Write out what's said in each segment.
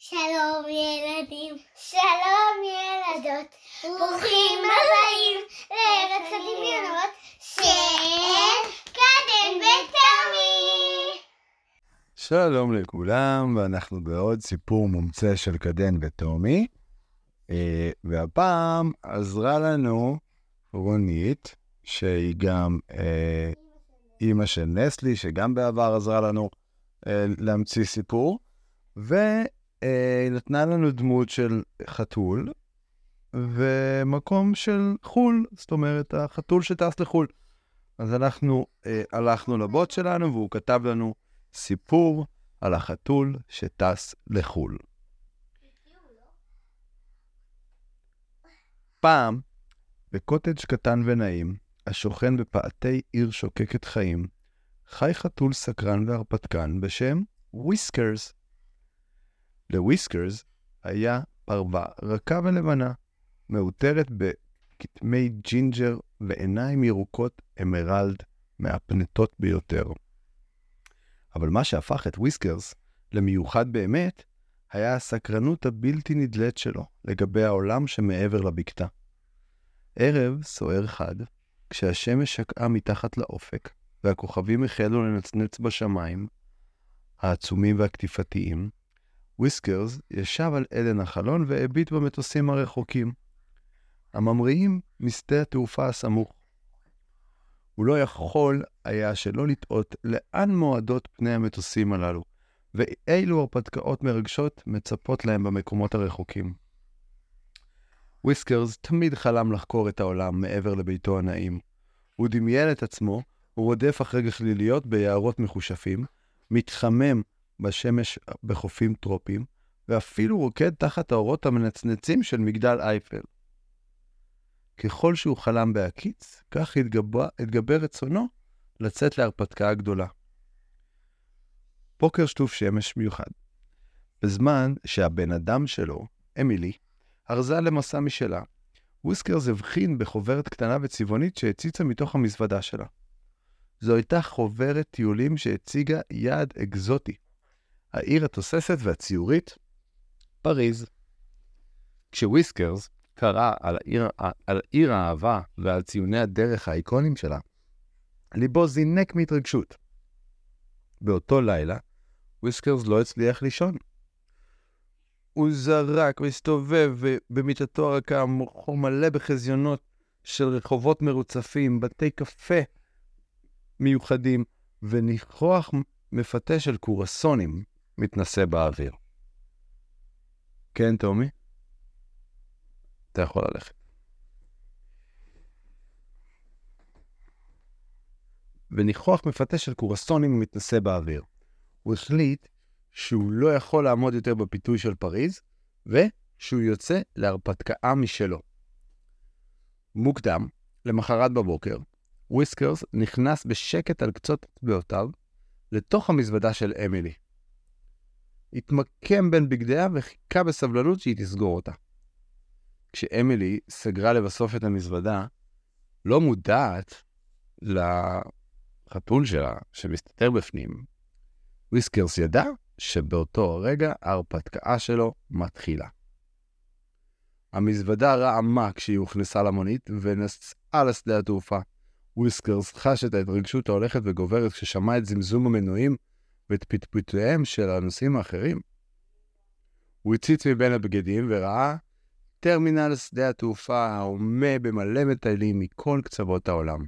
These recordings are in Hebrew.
שלום ילדים, שלום ילדות, ברוכים הבאים לארץ הדמיונות של קדם ותומי. שלום לכולם, ואנחנו בעוד סיפור מומצא של קדם ותומי, והפעם עזרה לנו רונית, שהיא גם אימא של נסלי, שגם בעבר עזרה לנו להמציא סיפור, ונתנה לנו דמות של חתול, ומקום של חול, זאת אומרת, החתול שטס לחול. אז אנחנו הלכנו לבוט שלנו, והוא כתב לנו סיפור על החתול שטס לחול. פעם, בקוטג' קטן ונעים, השוכן בפאתי עיר שוקקת חיים, חי חתול סקרן והרפתקן בשם וויסקרס. לוויסקרס היה פרווה רכה ולבנה, מאותרת בכתמי ג'ינג'ר ועיניים ירוקות אמרלד מהפנטות ביותר. אבל מה שהפך את וויסקרס למיוחד באמת, היה הסקרנות הבלתי נדלת שלו לגבי העולם שמעבר לבקתה. ערב סוער חד, כשהשמש שקעה מתחת לאופק, והכוכבים החלו לנצנץ בשמיים, העצומים והקטיפתיים, וויסקרס ישב על עדן החלון והביט במטוסים הרחוקים, הממריאים משדה התעופה הסמוך. הוא לא יכול היה שלא לטעות לאן מועדות פני המטוסים הללו, ואילו הרפתקאות מרגשות מצפות להם במקומות הרחוקים. וויסקרס תמיד חלם לחקור את העולם מעבר לביתו הנעים. הוא דמיין את עצמו, הוא רודף אחרי גחליליות ביערות מחושפים, מתחמם בשמש בחופים טרופיים, ואפילו רוקד תחת האורות המנצנצים של מגדל אייפל. ככל שהוא חלם בהקיץ, כך התגבר רצונו לצאת להרפתקה הגדולה. בוקר שטוף שמש מיוחד. בזמן שהבן אדם שלו, אמילי, ארזה למסע משלה, וויסקרס הבחין בחוברת קטנה וצבעונית שהציצה מתוך המזוודה שלה. זו הייתה חוברת טיולים שהציגה יעד אקזוטי, העיר התוססת והציורית, פריז. כשוויסקרס קרא על עיר האהבה ועל ציוני הדרך האיקונים שלה, ליבו זינק מהתרגשות. באותו לילה, וויסקרס לא הצליח לישון. הוא זרק והסתובב במיטתו הרכה, מוחו מלא בחזיונות של רחובות מרוצפים, בתי קפה מיוחדים, וניחוח מפתה של קורסונים מתנסה באוויר. כן, תומי? אתה יכול ללכת. וניחוח מפתה של קורסונים מתנסה באוויר. הוא החליט שהוא לא יכול לעמוד יותר בפיתוי של פריז, ושהוא יוצא להרפתקה משלו. מוקדם, למחרת בבוקר, וויסקרס נכנס בשקט על קצות אצבעותיו לתוך המזוודה של אמילי. התמקם בין בגדיה וחיכה בסבלנות שהיא תסגור אותה. כשאמילי סגרה לבסוף את המזוודה, לא מודעת לחתול שלה שמסתתר בפנים, וויסקרס ידע שבאותו הרגע ההרפתקה שלו מתחילה. המזוודה רעמה כשהיא הוכנסה למונית ונסעה לשדה התעופה. וויסקרס חש את ההתרגשות ההולכת וגוברת כששמע את זמזום המנועים ואת פטפוטיהם של הנוסעים האחרים. הוא הציץ מבין הבגדים וראה טרמינל שדה התעופה העומה במלא מטיילים מכל קצוות העולם.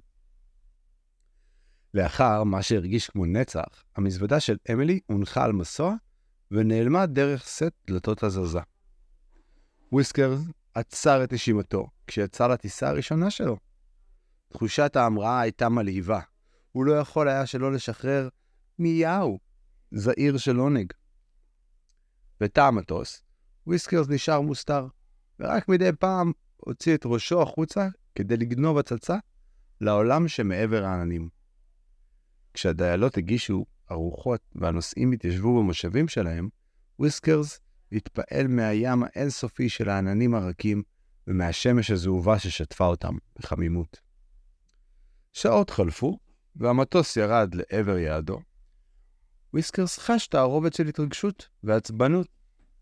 לאחר מה שהרגיש כמו נצח, המזוודה של אמילי הונחה על מסוע ונעלמה דרך סט דלתות הזזה. וויסקרס עצר את נשימתו כשיצא לטיסה הראשונה שלו. תחושת ההמראה הייתה מלהיבה. הוא לא יכול היה שלא לשחרר מיהו, זעיר של עונג. בתא המטוס, וויסקרס נשאר מוסתר, ורק מדי פעם הוציא את ראשו החוצה כדי לגנוב הצצה לעולם שמעבר העננים. כשהדיילות הגישו ארוחות והנוסעים התיישבו במושבים שלהם, וויסקרס התפעל מהים האינסופי של העננים הרכים ומהשמש הזהובה ששטפה אותם בחמימות. שעות חלפו, והמטוס ירד לעבר יעדו. וויסקרס חש תערובת של התרגשות ועצבנות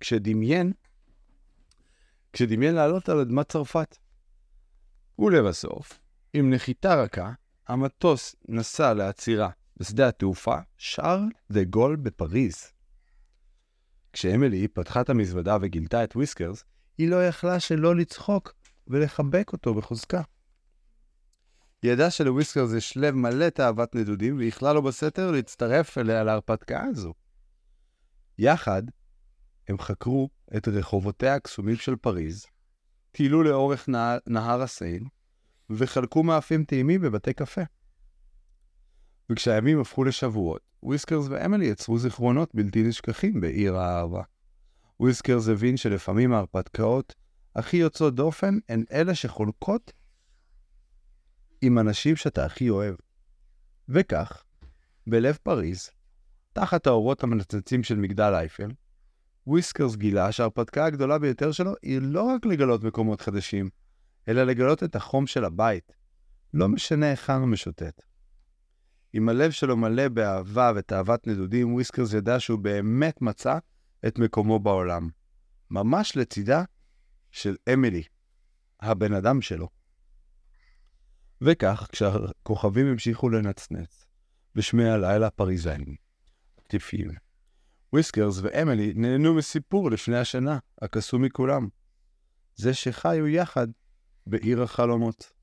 כשדמיין לעלות על אדמת צרפת. ולבסוף, עם נחיתה רכה, המטוס נסע לעצירה בשדה התעופה שארל דה גול בפריז. כשאמילי פתחה את המזוודה וגילתה את וויסקרס, היא לא יכלה שלא לצחוק ולחבק אותו בחוזקה. היא ידעה שלוויסקרס יש לב מלא תאוות נדודים, והיא לו בסתר להצטרף אליה להרפתקה הזו. יחד, הם חקרו את רחובותיה הקסומים של פריז, טיילו לאורך נהר הסיין, וחלקו מאפים טעימים בבתי קפה. וכשהימים הפכו לשבועות, וויסקרס ואמילי יצרו זיכרונות בלתי נשכחים בעיר האהבה. וויסקרס הבין שלפעמים ההרפתקאות הכי יוצאות דופן הן אלה שחולקות עם אנשים שאתה הכי אוהב. וכך, בלב פריז, תחת האורות המנצנצים של מגדל אייפל, וויסקרס גילה שההרפתקה הגדולה ביותר שלו היא לא רק לגלות מקומות חדשים, אלא לגלות את החום של הבית. לא משנה היכן הוא משוטט. עם הלב שלו מלא באהבה ותאוות נדודים, וויסקרס ידע שהוא באמת מצא את מקומו בעולם. ממש לצידה של אמילי, הבן אדם שלו. וכך, כשהכוכבים המשיכו לנצנץ, בשמי הלילה הפריזאים, טיפיים, וויסקרס ואמילי נהנו מסיפור לפני השנה, הקסום מכולם. זה שחיו יחד בעיר החלומות.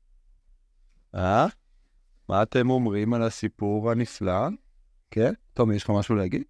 מה אתם אומרים על הסיפור הנפלא? כן? תומי, יש לך משהו להגיד?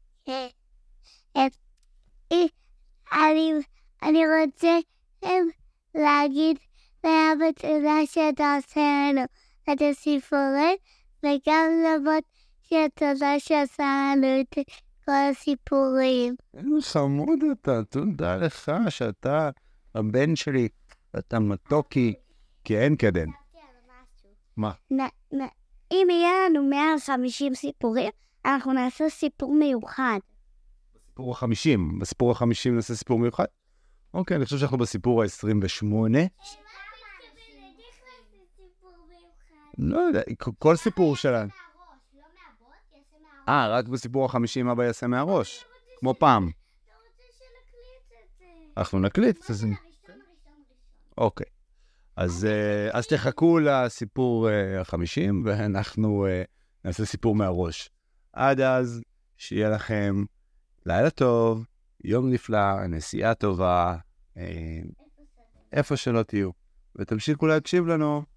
אני רוצה להגיד לאבא תודה שאתה עושה לנו את הסיפורים, וגם לבות שתודה שעשה לנו את כל הסיפורים. חמוד אתה, תודה לך שאתה הבן שלי, אתה מתוקי, כי אין כדן. מה? אם יהיה לנו 150 סיפורים, אנחנו נעשה סיפור מיוחד. בסיפור ה-50 נעשה סיפור מיוחד? אוקיי, אני חושב שאנחנו בסיפור ה-28. לא יודע, כל סיפור שלנו. רק בסיפור ה-50 אבא יעשה מהראש, כמו פעם. אנחנו נקליט. אוקיי. אז תחכו לסיפור ה-50, ואנחנו נעשה סיפור מהראש. עד אז, שיהיה לכם לילה טוב, יום נפלא, נסיעה טובה, איפה שלא תהיו. ותמשיכו להקשיב לנו.